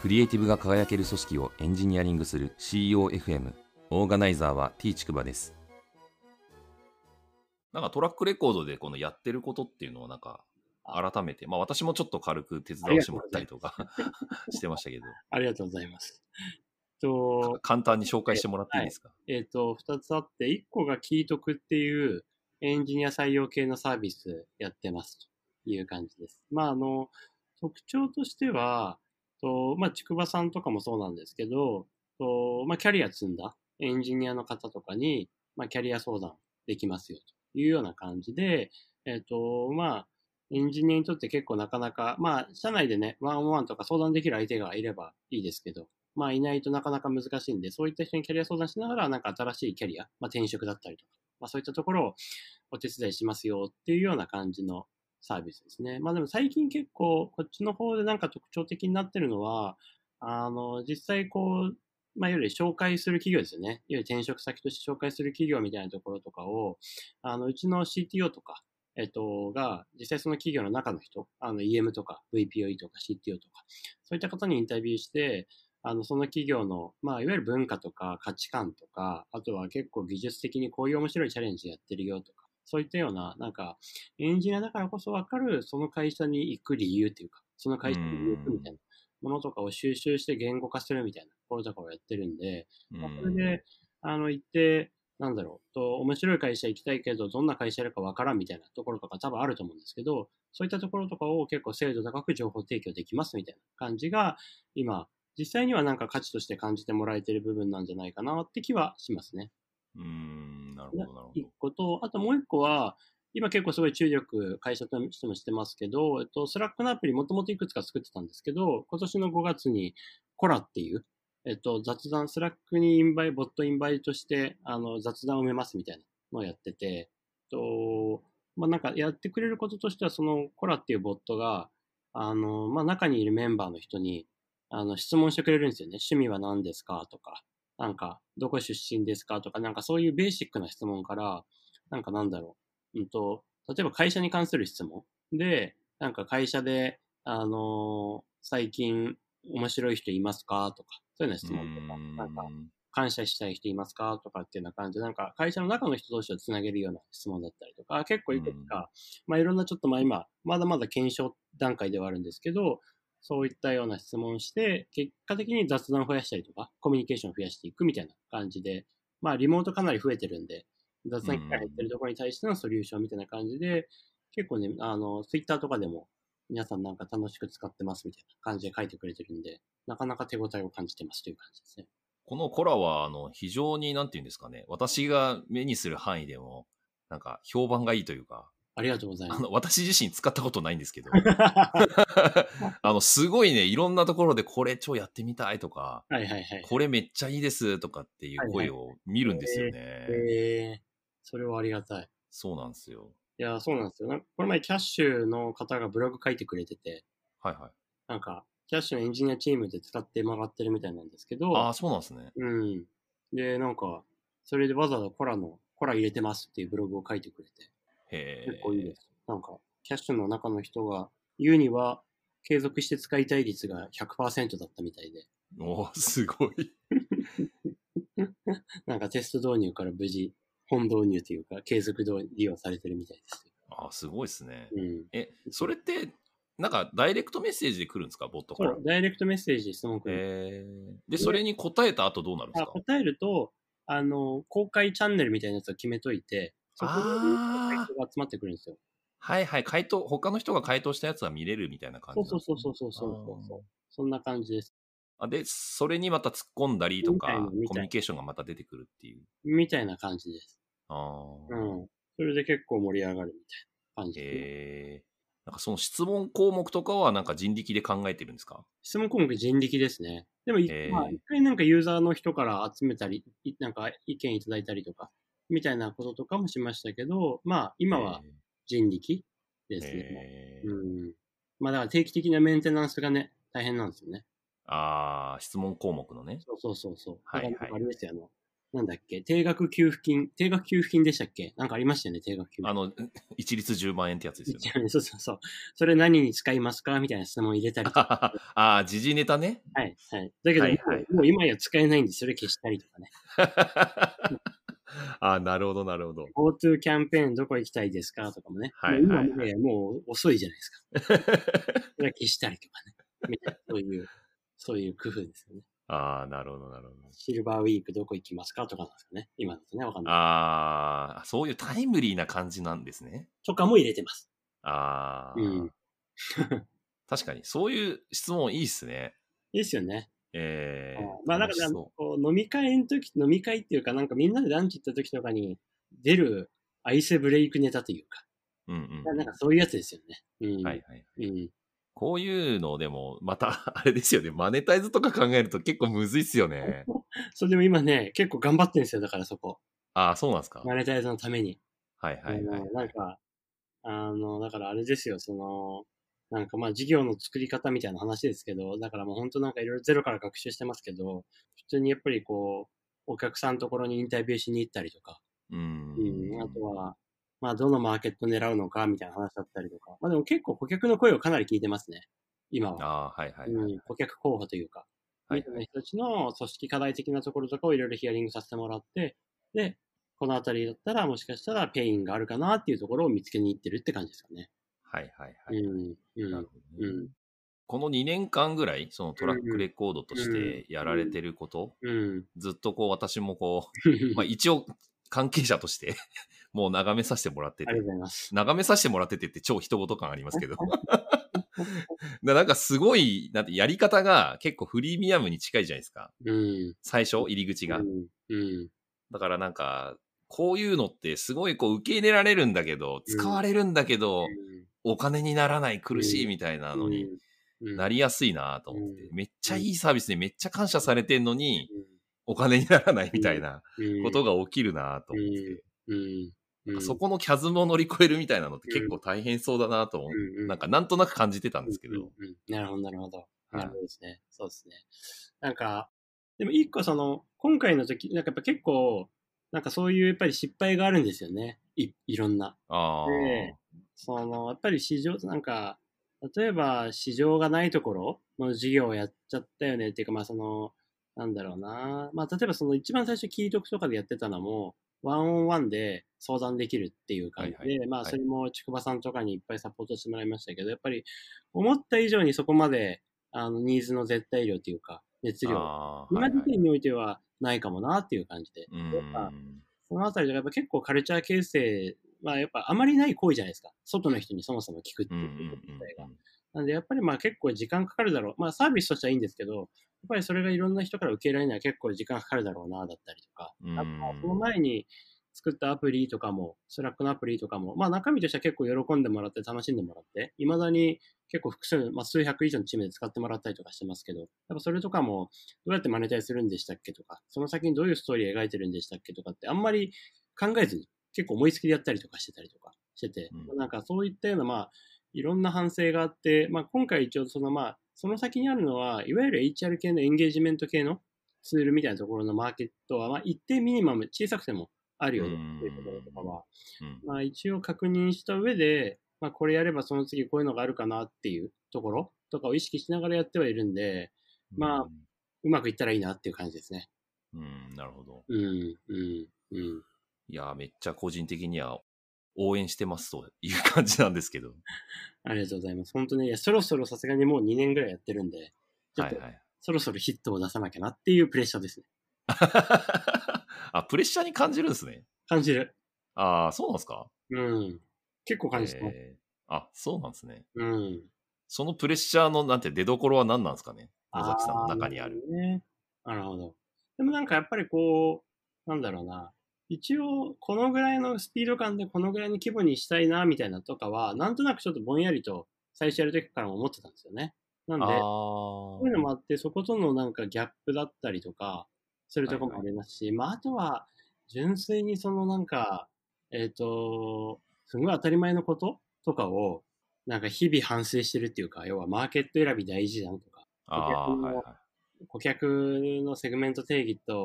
クリエイティブが輝ける組織をエンジニアリングする CEOFM。 オーガナイザーは T ちくばです。なんかトラックレコードでこのやってることっていうのをなんか改めて、まあ私もちょっと軽く手伝わせてもらったりとかしてましたけど、 ありがとうございます。 簡単に紹介してもらっていいですか？ はい、2つあって、1個がキートクっていうエンジニア採用系のサービスやってますという感じです。特徴としては、ちくばさんとかもそうなんですけど、キャリア積んだエンジニアの方とかに、キャリア相談できますよというような感じで、エンジニアにとって結構なかなか、社内でね、ワンオンワンとか相談できる相手がいればいいですけど、いないとなかなか難しいんで、そういった人にキャリア相談しながら、なんか新しいキャリア、転職だったりとか、そういったところをお手伝いしますよっていうような感じのサービスですね。でも最近結構、こっちの方でなんか特徴的になってるのは、実際いわゆる紹介する企業ですよね。いわゆる転職先として紹介する企業みたいなところとかを、うちの CTO とか、が、実際その企業の中の人、EM とか VPOE とか CTO とか、そういった方にインタビューして、その企業の、いわゆる文化とか価値観とか、あとは結構技術的にこういう面白いチャレンジやってるよとか、そういったような、なんか、エンジニアだからこそわかる、その会社に行く理由っていうか、その会社に行くみたいなものとかを収集して言語化するみたいなところとかをやってるんで、それで、行って、面白い会社行きたいけど、どんな会社やるかわからんみたいなところとか多分あると思うんですけど、そういったところとかを結構精度高く情報提供できますみたいな感じが、今、実際にはなんか価値として感じてもらえてる部分なんじゃないかなって気はしますね。 なるほどなるほど。 一個と、あともう一個は、今結構すごい注力会社としてもしてますけど、スラックのアプリもともといくつか作ってたんですけど、今年の5月にコラっていう、雑談、スラックにボットインバイとして、雑談を埋めますみたいなのをやってて、なんかやってくれることとしては、そのコラっていうボットが、中にいるメンバーの人に、質問してくれるんですよね。趣味は何ですかとか、なんか、どこ出身ですかとか、なんかそういうベーシックな質問から、なんか例えば会社に関する質問で、なんか会社で、最近面白い人いますかとか、そういうような質問とか、なんか、感謝したい人いますかとかっていうような感じで、なんか会社の中の人同士をつなげるような質問だったりとか、結構いくつか、いろんなちょっと今、まだまだ検証段階ではあるんですけど、そういったような質問をして、結果的に雑談を増やしたりとか、コミュニケーションを増やしていくみたいな感じで、リモートかなり増えてるんで、雑談機会減ってるところに対してのソリューションみたいな感じで、結構ね、ツイッターとかでも、皆さんなんか楽しく使ってますみたいな感じで書いてくれてるんで、なかなか手応えを感じてますという感じですね。 このコラは、非常に、なんていうんですかね、私が目にする範囲でも、なんか、評判がいいというか、 ありがとうございます。 私自身使ったことないんですけど、すごいね、いろんなところでこれ超やってみたいとか、 はいはいはい。 これめっちゃいいですとかっていう声を見るんですよね。 それはありがたい。 そうなんですよ。 いや、そうなんですよ。この前、キャッシュの方がブログ書いてくれてて、 はいはい。 なんか、キャッシュのエンジニアチームで使ってもらってるみたいなんですけど、 ああ、そうなんですね。 うん。で、なんか、それでわざわざコラ入れてますっていうブログを書いてくれて、結構いいでへえ。 す。なんか、キャッシュの中の人が言うには、継続して使いたい率が100%だったみたいで、 おー、すごい。 なんかテスト導入から無事、本導入というか、継続利用されてるみたいです。 ああ、すごいですね。 うん。 それって、なんか、ダイレクトメッセージで来るんですか、ボットから。 そう、ダイレクトメッセージ質問来る。 で、それに答えた後どうなるんですか？ 答えると、公開チャンネルみたいなやつを決めといて、そこに回ああ、 答が集まってくるんですよ。 はいはい、他の人が回答したやつは見れるみたいな感そうじなんですね。 そう。そんな感じです。 で、それにまた突っ込んだりとか、コミュニケーションがまた出てくるっていう。 みたいな感じです。 あうあ。 ん。それで結構盛り上がるみたいな感じですね。 なんかその質問項目とかはなんか人力で考えてるんですか？ 質問項目人力ですね。でも一回なんかユーザーの人から集めたり、なんか意見いただいたりとか、みたいなこととかもしましたけど、今は人力ですね。うん。だから定期的なメンテナンスがね、大変なんですよね。 ああ、質問項目のね。 そう。だからなんかはいはい。 あれですよ、 なんだっけ、定額給付金でしたっけ、なんかありましたよね、定額給付一律10万円ってやつですよね。 金。そうそうそう。それ何に使いますかみたいな質問入れたりとか。 ああ、時事ネタね。 はい、はい。だけどはいはいもう今や使えないんで、それ消したりとかね。 ああ、なるほど、なるほど。 GoTo キャンペーンどこ行きたいですかとかもね。 はいもう今はいはい。 ね、もう遅いじゃないですか。それは消したりとかね。みたいな、そういう工夫ですよね。 ああ、なるほど、なるほど。 シルバーウィークどこ行きますかとかなんですかね。今だとね、わかんない。 ああ、そういうタイムリーな感じなんですね。 とかも入れてます。うああ、 ん。 確かに、そういう質問いいっすね。 いいっすよね。まあなんかね、 楽しそこう飲み会っていうかなんかみんなでランチ行った時とかに出るアイスブレイクネタというか、 う。うんうんなんかそういうやつですよね。うん。 はいはい。 うん。 こういうのでも、また、あれですよね。マネタイズとか考えると結構むずいっすよね。 それでも今ね、結構頑張ってんですよ。だからそこ。 ああ、そうなんですか。 マネタイズのために。 はいはいはいはい。 なんか、だからあれですよ、なんかまあ事業の作り方みたいな話ですけど、だからもう本当なんかいろいろゼロから学習してますけど、普通にやっぱりこう、お客さんのところにインタビューしに行ったりとか、 うーあとん。 は、まあどのマーケット狙うのかみたいな話だったりとか、まあでも結構顧客の声をかなり聞いてますね、今は。 ああ、はいはいはい。 顧客候補というか、 はいはい。 みたいな人たちの組織課題的なところとかをいろいろヒアリングさせてもらって、で、このあたりだったらもしかしたらペインがあるかなっていうところを見つけに行ってるって感じですかね。 はいはいはい。 うん、うん、 なるほどね。 うん、 この2年間ぐらい、そのトラックうん、 レコードとしうん、 てやられてること、 うん。 ずっとこう私もこう、まあ一応関係者としてもう眺めさせてもらってありがとうて、 ございます。 眺めさせてもらっててって超人事感ありますけどなんかすごい、なんてやり方が結構フリーミアムに近いじゃないですか。 うん、 最初、入り口が。 うん、うん、 だからなんか、こういうのってすごいこう受け入れられるんだけど、 うん、 使われるんだけど、お金にならないうん、 苦しいみたいなうのにん、うん、 なりやすいなとうん、 思ってて、めっちうん、 ゃいいサービスでめっちゃ感謝されてんのに、 うん、 お金にならないみたいうん、 なうん、 ことが起きるなとうん、 思ってて、 うん、 なんかそこのキャズムを乗り越えるみたいなのって結うん、 構大変そうだなと思う。 うん、 なんかなんとなく感じてたんうん、 ですけど、 なるほど、なるほど。なるほはい。 どですね。そうですね。なんか、でも一個今回の時、なんかやっぱ結構、なんかそういうやっぱり失敗があるんですよね。いろんな。で、 ああ、 やっぱりなんか、例えば市場がないところの事業をやっちゃったよねっていうか、まあなんだろうな。まあ例えば一番最初キートクとかでやってたのも、ワンオンワンで相談できるっていうはいはい。 感じで、まあはい。 それも筑波さんとかにいっぱいサポートしてもらいましたけど、やっぱり思った以上にそこまで、ニーズの絶対量というか、熱量、 ああ、はいはい。 今時点においてはないかもなっていう感じで。 うーやっぱ、 ん。 そのあたりがやっぱ結構カルチャー形成はやっぱあまりない行為じゃないですか。外の人にそもそも聞くってうんうんいうこと自体が。 うんうん。 なんでやっぱりまあ結構時間かかるだろう。まあサービスとしてはいいんですけど、やっぱりそれがいろんな人から受け入れられるのは結構時間かかるだろうな、だったりとか。 うーあとはそのん。 前に作ったアプリとかも、スラックのアプリとかも、まあ中身としては結構喜んでもらって楽しんでもらって、未だに結構複数、まあ数百以上のチームで使ってもらったりとかしてますけど、やっぱそれとかもどうやってマネタイズするんでしたっけとか、その先にどういうストーリー描いてるんでしたっけとかってあんまり考えずに結構思いつきでやったりとかしてたりとかしてて、 うん。 なんかそういったようなまあいろんな反省があって、まあ今回一応その先にあるのは、いわゆる HR 系のエンゲージメント系のツールみたいなところのマーケットは、まあ一定ミニマム小さくてもあるうーよねっていうところとかん。 は、 うん。 まあ一応確認した上で、まあこれやればその次こういうのがあるかなっていうところとかを意識しながらやってはいるんで、まあうまくいったらいいなっていう感じですね。 うん。なるほど。 うん、うん、うん。 いやー、めっちゃ個人的には応援してますという感じなんですけど。 ありがとうございます。本当ね、いや、そろそろさすがにもう2年ぐらいやってるんで、ちょっとはいはい。 そろそろヒットを出さなきゃなっていうプレッシャーですね。 あ、プレッシャーに感じるんですね。 感じる。 ああ、そうなんですか。 うん。結構感じてます。 そうなんですね。 うん。 そのプレッシャーの、なんて出所は何なんですかね。野あ崎さんのあ、なる中にある。 ほどね。なるほど。でもなんかやっぱりこう、なんだろうな。一応、このぐらいのスピード感でこのぐらいの規模にしたいな、みたいなとかは、なんとなくちょっとぼんやりと最初やるときからも思ってたんですよね。なんあで、 あ、 そういうのもあって、そことのなんかギャップだったりとか、するとこもあはいはい。 りますし、まあ、あとは、純粋になんか、すごい当たり前のこととかを、なんか日々反省してるっていうか、要はマーケット選び大事じゃんとか、 ああ、はいはい。 顧客のセグメント定義と、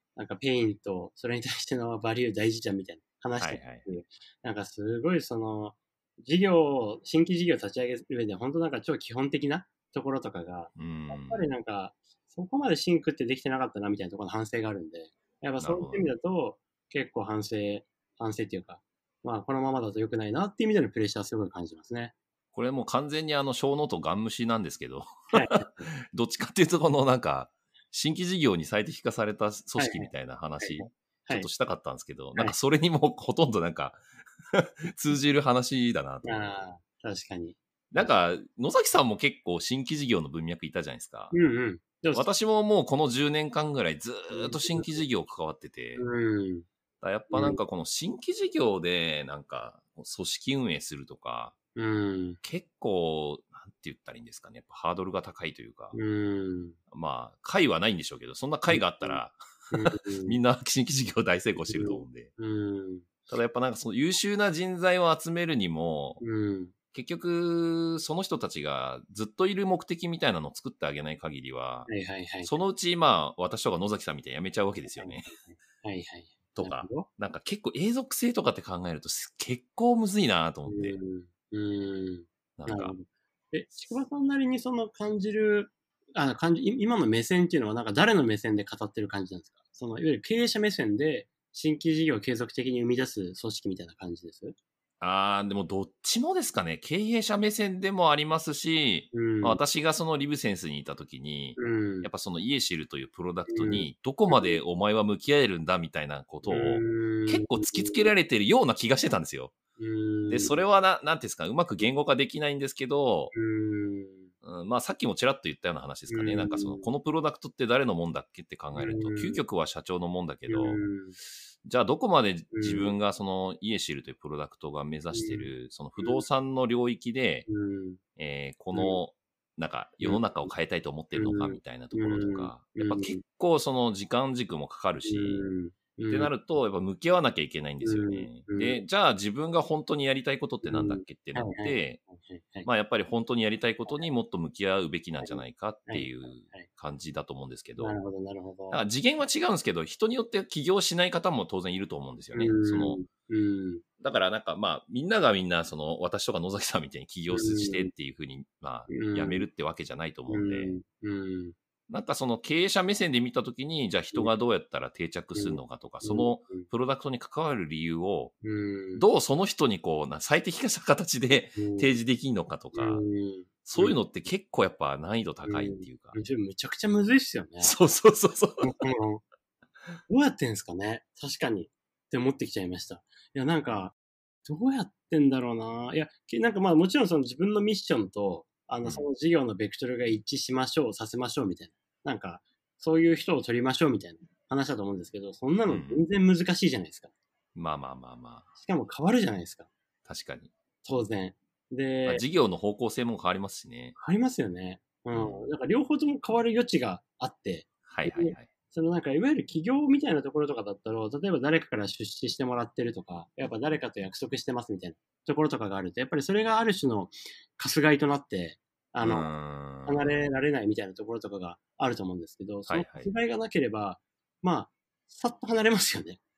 なんかペインとそれに対してのバリュー大事じゃんみたいな話とか、なんかすごいその、新規事業を立ち上げる上で、本当なんか超基本的なところとかが、やっぱりなんか、そこまでシンクってできてなかったなみたいなところの反省があるんで、やっぱそういう意味だと、結構反省っていうか、まあこのままだと良くないなっていう意味でのプレッシャーすごい感じますね。 これもう完全に小ノートガン無視なんですけど、 はい、 どっちかっていうとこのなんか、新規事業に最適化された組織みたいな話、ちょっとしたかったんですけど、なんかそれにもほとんどなんか通じる話だなと思って。 ああ、確かに。 なんか、野崎さんも結構新規事業の文脈いたじゃないですか。 うんうん。 私ももうこの10年間ぐらいずっと新規事業関わってて、やっぱなんかこの新規事業でなんか組織運営するとか、結構、なんて言ったらいいんですかね。やっぱハードルが高いというか、まあ、会はないんでしょうけど、そんな会があったら、みんな新規事業大成功してると思うんで。ただやっぱなんかその優秀な人材を集めるにも、結局、その人たちがずっといる目的みたいなのを作ってあげない限りは、そのうち、まあ、私とか野崎さんみたいにやめちゃうわけですよね。とか、なんか結構永続性とかって考えると結構むずいなと思って。 なんか。ちくばさんなりにその感じる、今の目線っていうのはなんか誰の目線で語ってる感じなんですか？その、いわゆる経営者目線で新規事業を継続的に生み出す組織みたいな感じです？ でもどっちもですかね。経営者目線でもありますし、私がそのリブセンスにいた時に、やっぱそのイエシルというプロダクトにどこまでお前は向き合えるんだみたいなことを結構突きつけられてるような気がしてたんですよ。で、それはなんていうんですか、うまく言語化できないんですけど、まあさっきもちらっと言ったような話ですかね。なんかその、このプロダクトって誰のもんだっけって考えると、究極は社長のもんだけど、じゃあどこまで自分がそのイエシルというプロダクトが目指しているその不動産の領域で、このなんか世の中を変えたいと思ってるのかみたいなところとか、やっぱ結構その時間軸もかかるし、ってなるとやっぱ向き合わなきゃいけないんですよね。で、じゃあ自分が本当にやりたいことってなんだっけってなって、まあやっぱり本当にやりたいことにもっと向き合うべきなんじゃないかっていう感じだと思うんですけど、 なるほど、なるほど。 だから次元は違うんですけど、人によって起業しない方も当然いると思うんですよね。だからなんかまあみんながみんなその私とか野崎さんみたいに起業してっていうふうにまあやめるってわけじゃないと思うんで、なんかその経営者目線で見たときに、じゃあ人がどうやったら定着するのかとか、そのプロダクトに関わる理由を、どうその人にこう最適化した形で提示できるのかとか、そういうのって結構やっぱ難易度高いっていうか。 めちゃくちゃむずいっすよね。 そうそうそうそう。 どうやってんすかね？確かに。って思ってきちゃいました。いや、なんか、どうやってんだろうな。いや、なんかまあもちろんその自分のミッションと、その事業のベクトルが一致しましょう、させましょうみたいな。なんか、そういう人を取りましょうみたいな話だと思うんですけど、そんなの全然難しいじゃないですか。 まあまあまあまあ。 しかも変わるじゃないですか。 確かに。 当然。で、 事業の方向性も変わりますしね。 変わりますよね。なんか両方とも変わる余地があって、そのなんかいわゆる企業みたいなところとかだったら、例えば誰かから出資してもらってるとか、やっぱ誰かと約束してますみたいなところとかがあると、やっぱりそれがある種のかすがいとなって、離れられないみたいなところとかがあると思うんですけど、そのかすがいがなければ、まあ、さっと離れますよね。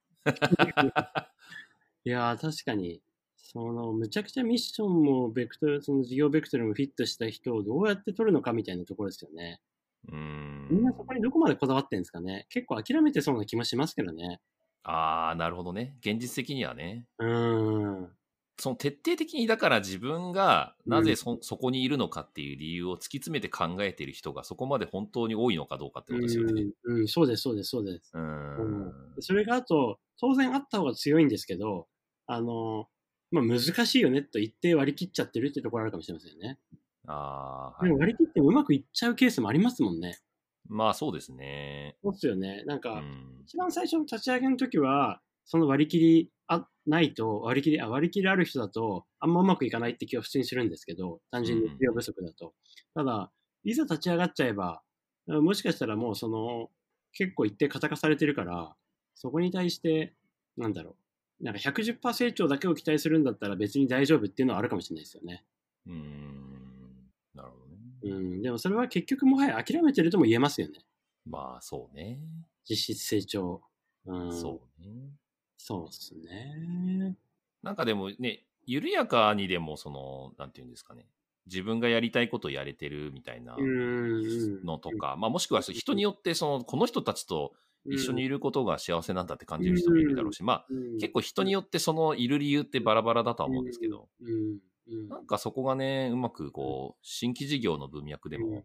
いやー、確かに、むちゃくちゃミッションもその事業ベクトルもフィットした人をどうやって取るのかみたいなところですよね。みんなそこにどこまでこだわってるんですかね。結構諦めてそうな気もしますけどね。 なるほどね。現実的にはね。その徹底的にだから自分がなぜそこにいるのかっていう理由を突き詰めて考えている人がそこまで本当に多いのかどうかってことですよね。 そうです、そうです、そうです。それがあと、当然あった方が強いんですけど、まあ、難しいよねと言って割り切っちゃってるってところあるかもしれませんね。でも割り切ってもうまくいっちゃうケースもありますもんね。 まあそうですね。 そうですよね。なんか、一番最初の立ち上げの時は、その割り切りないと、割り切りある人だと、あんまうまくいかないって気は普通にするんですけど、単純に必要不足だと。ただ、いざ立ち上がっちゃえば、もしかしたらもう結構一定型化されてるから、そこに対して、なんだろう。なんか110%成長だけを期待するんだったら別に大丈夫っていうのはあるかもしれないですよね。 なるほどね。 でもそれは結局もはや諦めてるとも言えますよね。 まあそうね。 実質成長。 そうね。 そうですね。 なんかでもね、緩やかにでもなんていうんですかね。自分がやりたいことやれてるみたいなのとか、まあもしくは人によってこの人たちと一緒にいることが幸せなんだって感じる人もいるだろうし、まあ結構人によっている理由ってバラバラだとは思うんですけど、なんかそこがね、うまく新規事業の文脈でも、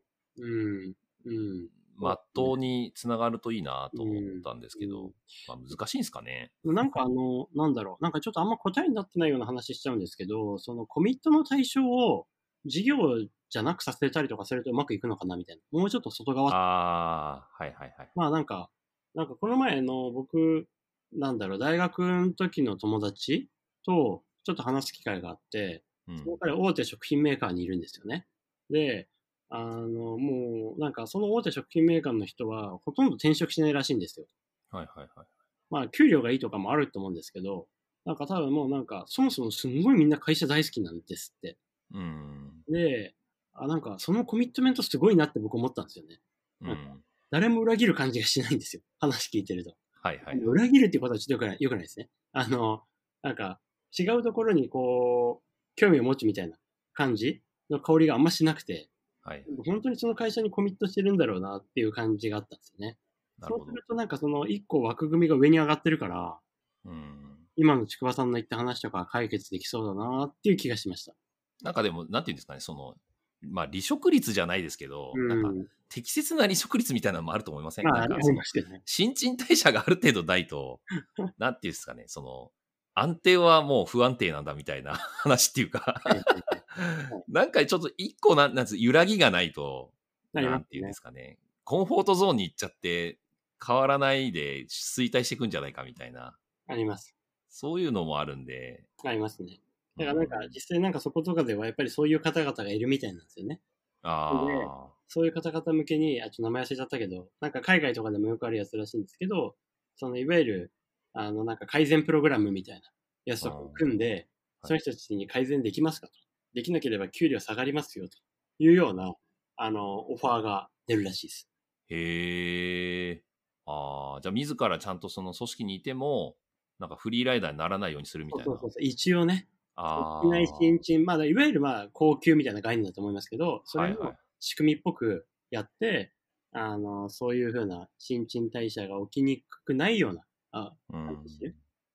まっとうにつながるといいなと思ったんですけど、まあ難しいんですかね。 なんかなんだろう、なんかちょっとあんま答えになってないような話しちゃうんですけど、そのコミットの対象を事業じゃなくさせたりとかするとうまくいくのかなみたいな。もうちょっと外側。 はいはいはい。 まあなんかこの前僕、なんだろう、大学の時の友達とちょっと話す機会があって、その彼大手食品メーカーにいるんですよね。で、もうなんかその大手食品メーカーの人はほとんど転職しないらしいんですよ。 はいはいはい。 まあ給料がいいとかもあると思うんですけど、なんか多分もうなんかそもそもすんごいみんな会社大好きなんですって。で、なんかそのコミットメントすごいなって僕思ったんですよね。誰も裏切る感じがしないんですよ。話聞いてると。 はいはい、はい。 裏切るっていうことはちょっと良くないですね。なんか違うところに興味を持つみたいな感じの香りがあんましなくて、はい、本当にその会社にコミットしてるんだろうなっていう感じがあったんですよね。そうするとなんかその一個枠組みが上に上がってるから、今のちくわさんの言った話とか解決できそうだなっていう気がしました。 なんかでも、なんていうんですかね、まあ離職率じゃないですけど、なんか適切な離職率みたいなのもあると思いません？なんか新陳代謝がある程度ないと、なんていうんですかね、安定はもう不安定なんだみたいな話っていうかなんかちょっと一個なんつ揺らぎがないと、なんていうんですかね、コンフォートゾーンに行っちゃって変わらないで衰退していくんじゃないかみたいな。 あります。 そういうのもあるんで。 ありますね。だからなんか実際なんかそことかではやっぱりそういう方々がいるみたいなんですよね。で、そういう方々向けに、ちょっと名前忘れちゃったけど、なんか海外とかでもよくあるやつらしいんですけど、いわゆる、なんか改善プログラムみたいなやつとかを組んで、その人たちに改善できますかと。できなければ給料下がりますよというような、オファーが出るらしいです。 へえ。じゃあ自らちゃんとその組織にいても、なんかフリーライダーにならないようにするみたいな。 そう一応ね。いない新陳、まあ、いわゆるまあ、高級みたいな概念だと思いますけど、それも仕組みっぽくやって、そういうふうな新陳代謝が起きにくくないような、感じ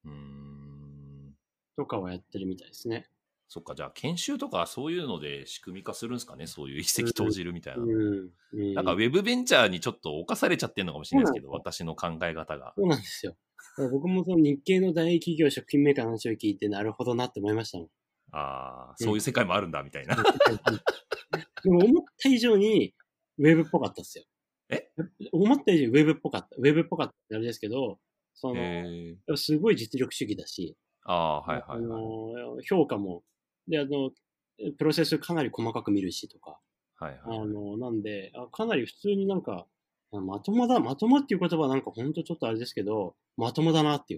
とかはやってるみたいですね。 そっか、じゃあ研修とかそういうので仕組み化するんですかね、そういう一石投じるみたいな。なんかウェブベンチャーにちょっと侵されちゃってるのかもしれないですけど、私の考え方が。 そうなんですよ。僕もその日系の大企業食品メーカーの話を聞いて、なるほどなって思いましたもん。 そういう世界もあるんだみたいな。 でも思った以上にウェブっぽかったっすよ。思った以上にウェブっぽかった。ウェブっぽかったってあれですけど、すごい実力主義だし、評価も、で、プロセスかなり細かく見るしとか、なんで、かなり普通になんか、まともっていう言葉はなんかほんとちょっとあれですけど、まともだなっていう。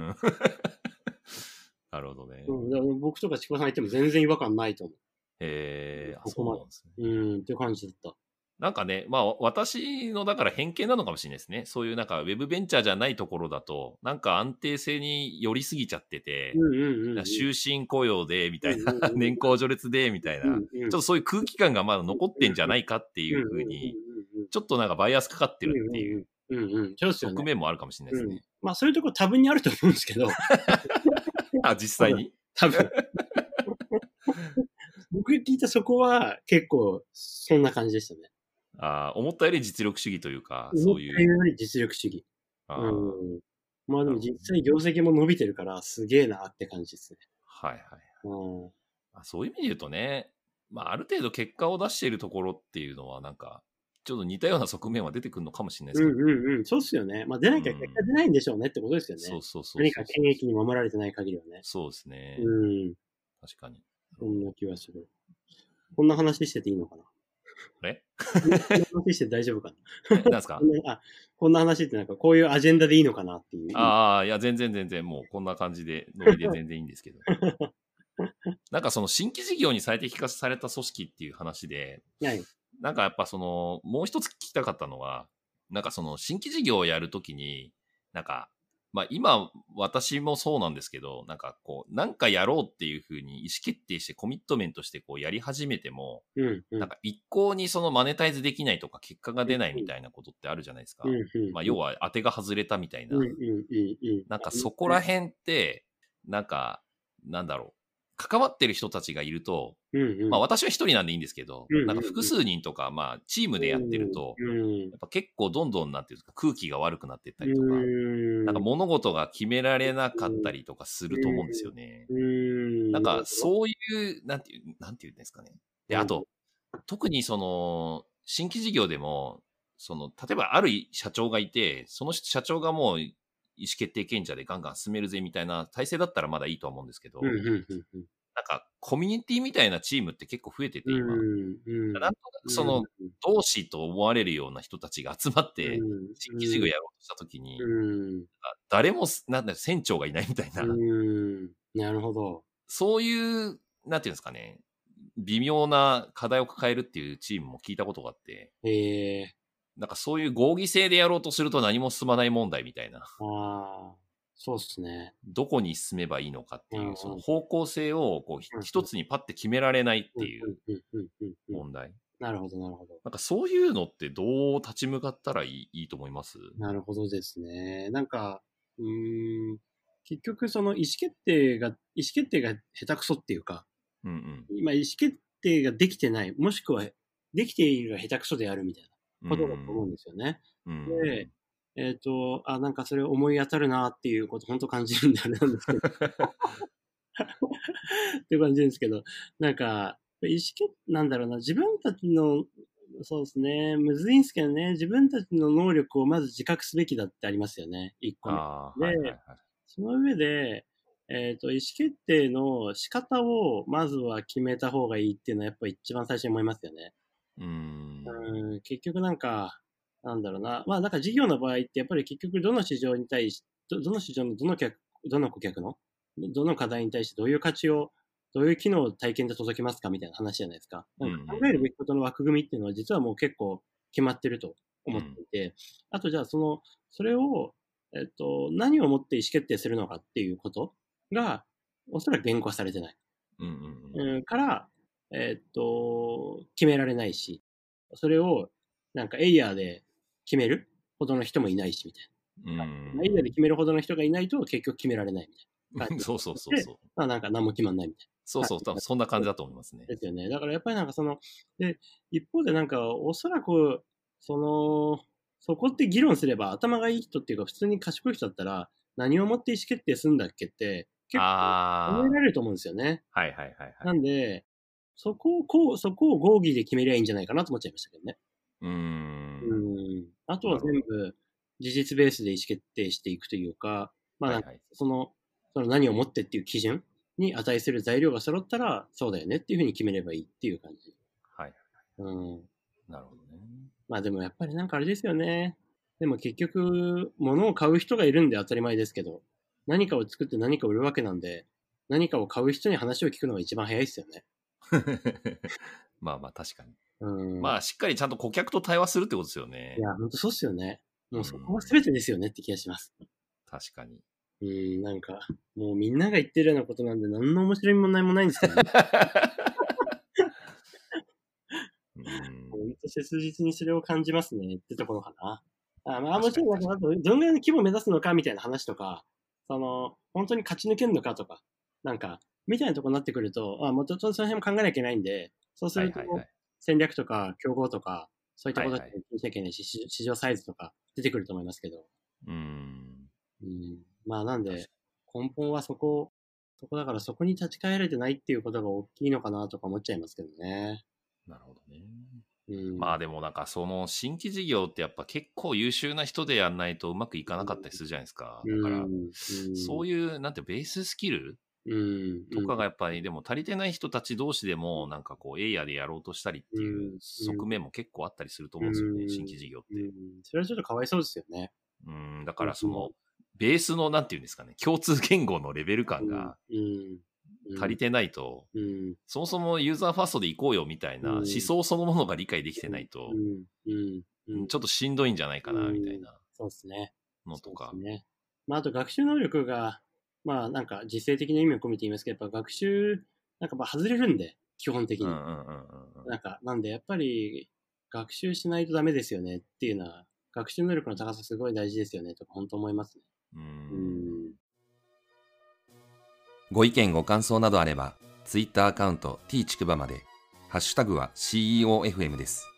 なるほどね。 僕とかちくわさん言っても全然違和感ないと思う。 そうなんですね。っていう感じだった。 なんかね、まあ私のだから偏見なのかもしれないですね。そういうなんかウェブベンチャーじゃないところだと、なんか安定性に寄りすぎちゃってて、終身雇用でみたいな、年功序列でみたいな、ちょっとそういう空気感がまだ残ってんじゃないかっていうふうに、ちょっとなんかバイアスかかってるっていう側面もあるかもしれないですね。 まあそういうところ多分にあると思うんですけど。 実際に多分。僕が聞いたそこは結構そんな感じでしたね。 思ったより実力主義というか、 そういう。思ったより実力主義。まあでも実際業績も伸びてるからすげえなって感じですね。 そういう意味で言うとね、まあある程度結果を出しているところっていうのはなんか、ちょっと似たような側面は出てくるのかもしれないですけど。 そうっすよね。まあ出なきゃ結果出ないんでしょうねってことですよね。何か権益に守られてない限りはね。 そうですね。確かに。 そんな気はする。こんな話してていいのかな？ こんな話して大丈夫かな？なんですか？ こんな話ってなんかこういうアジェンダでいいのかなっていう。 いや全然もうこんな感じで、ノリで全然いいんですけど。なんかその新規事業に最適化された組織っていう話で、なんかやっぱもう一つ聞きたかったのは、 なんかその新規事業をやるときに、なんか、まあ今私もそうなんですけど、なんかこう、なんかやろうっていうふうに意思決定してコミットメントしてこうやり始めても、なんか一向にそのマネタイズできないとか結果が出ないみたいなことってあるじゃないですか。まあ要は当てが外れたみたいな。なんかそこら辺って、なんか、なんだろう。関わってる人たちがいると、まあ私は一人なんでいいんですけど、なんか複数人とか、まあチームでやってると、やっぱ結構どんどんなんていうんですか、空気が悪くなっていったりとか、なんか物事が決められなかったりとかすると思うんですよね。なんかそういう、なんていうんですかね。で、あと、特にその、新規事業でも、その、例えばある社長がいて、その社長がもう意思決定権者でガンガン進めるぜみたいな体制だったらまだいいとは思うんですけど、なんかコミュニティみたいなチームって結構増えてて今、なんとなくその同志と思われるような人たちが集まって新規事業やろうとしたときに、誰もなんだ船長がいないみたいな、 なるほど。 そういう、なんていうんですかね、微妙な課題を抱えるっていうチームも聞いたことがあって、なんかそういう合議制でやろうとすると何も進まない問題みたいな。 そうですね。 どこに進めばいいのかっていう、その方向性をこう一つにパッて決められないっていう問題。 なるほど、なるほど。 なんかそういうのってどう立ち向かったらいいと思います？ なるほどですね。なんか、結局その意思決定が下手くそっていうか、今意思決定ができてない、もしくはできているが下手くそであるみたいなことだと思うんですよね。で、なんかそれ思い当たるなっていうこと、本当感じるんであれなんですけど。っていう感じですけど、なんか、なんだろうな、自分たちの、そうですね、むずいんですけどね、自分たちの能力をまず自覚すべきだってありますよね、一個目。で、その上で、意思決定の仕方をまずは決めた方がいいっていうのはやっぱ一番最初に思いますよね。結局なんか、なんだろうな、まあなんか事業の場合ってやっぱり結局どの市場に対し、どの市場のどの顧客のどの課題に対してどういう価値を、どういう機能を体験で届けますかみたいな話じゃないですか。なんか考えるべきことの枠組みっていうのは実はもう結構決まってると思っていて、あとじゃあそれを、何をもって意思決定するのかっていうことが、おそらく言語化されてない。から、決められないし、それをなんかエイヤーで決めるほどの人もいないし、みたいな。エイヤーで決めるほどの人がいないと結局決められないみたいな。 そう。 まあなんか何も決まんないみたいな。 多分そんな感じだと思いますね。 ですよね。だからやっぱりなんかで、一方でなんかおそらく、そこって議論すれば頭がいい人っていうか普通に賢い人だったら何をもって意思決定するんだっけって結構考えられると思うんですよね。なんで、そこを合議で決めりゃいいんじゃないかなと思っちゃいましたけどね。あとは全部事実ベースで意思決定していくというか、まあその何をもってっていう基準に値する材料が揃ったら、そうだよねっていうふうに決めればいいっていう感じ。 なるほどね。 まあでもやっぱりなんかあれですよね。でも結局、物を買う人がいるんで当たり前ですけど、何かを作って何かを売るわけなんで、何かを買う人に話を聞くのが一番早いですよね。 まあ確かに。まあしっかりちゃんと顧客と対話するってことですよね。 いや、ほんとそうっすよね。もうそこが全てですよねって気がします。 確かに。 なんか、もうみんなが言ってるようなことなんで、何の面白い問題もないんですけどね。ほんと切実にそれを感じますねってところかな。まあもちろん、どのぐらいの規模を目指すのかみたいな話とか、本当に勝ち抜けるのかとか、なんか、みたいなところになってくると、もうちょっとその辺も考えなきゃいけないんで、そうすると、戦略とか競合とか、そういったことに気にしなきゃいけないし、市場サイズとか出てくると思いますけど。まあなんで、根本はそこだからそこに立ち返れてないっていうことが大きいのかなとか思っちゃいますけどね。 なるほどね。まあでもなんかその新規事業ってやっぱ結構優秀な人でやんないとうまくいかなかったりするじゃないですか。だからそういうなんてベーススキルとかがやっぱりでも足りてない人たち同士でもなんかこうエイヤーでやろうとしたりっていう側面も結構あったりすると思うんですよね、新規事業って。 それはちょっとかわいそうですよね。 だからそのベースのなんていうんですかね、共通言語のレベル感が足りてないと、そもそもユーザーファーストで行こうよみたいな思想そのものが理解できてないと、 ちょっとしんどいんじゃないかな、みたいなそうですね。 のとか。 ね。まあ、あと学習能力が、まあなんか実践的な意味を込めて言いますけど、やっぱ学習、なんかまあ外れるんで、基本的に。なんでやっぱり学習しないとダメですよねっていうのは、学習能力の高さすごい大事ですよねとか本当思いますね。 ご意見ご感想などあれば、Twitter アカウント t ちくばまで、ハッシュタグは CEOFM です。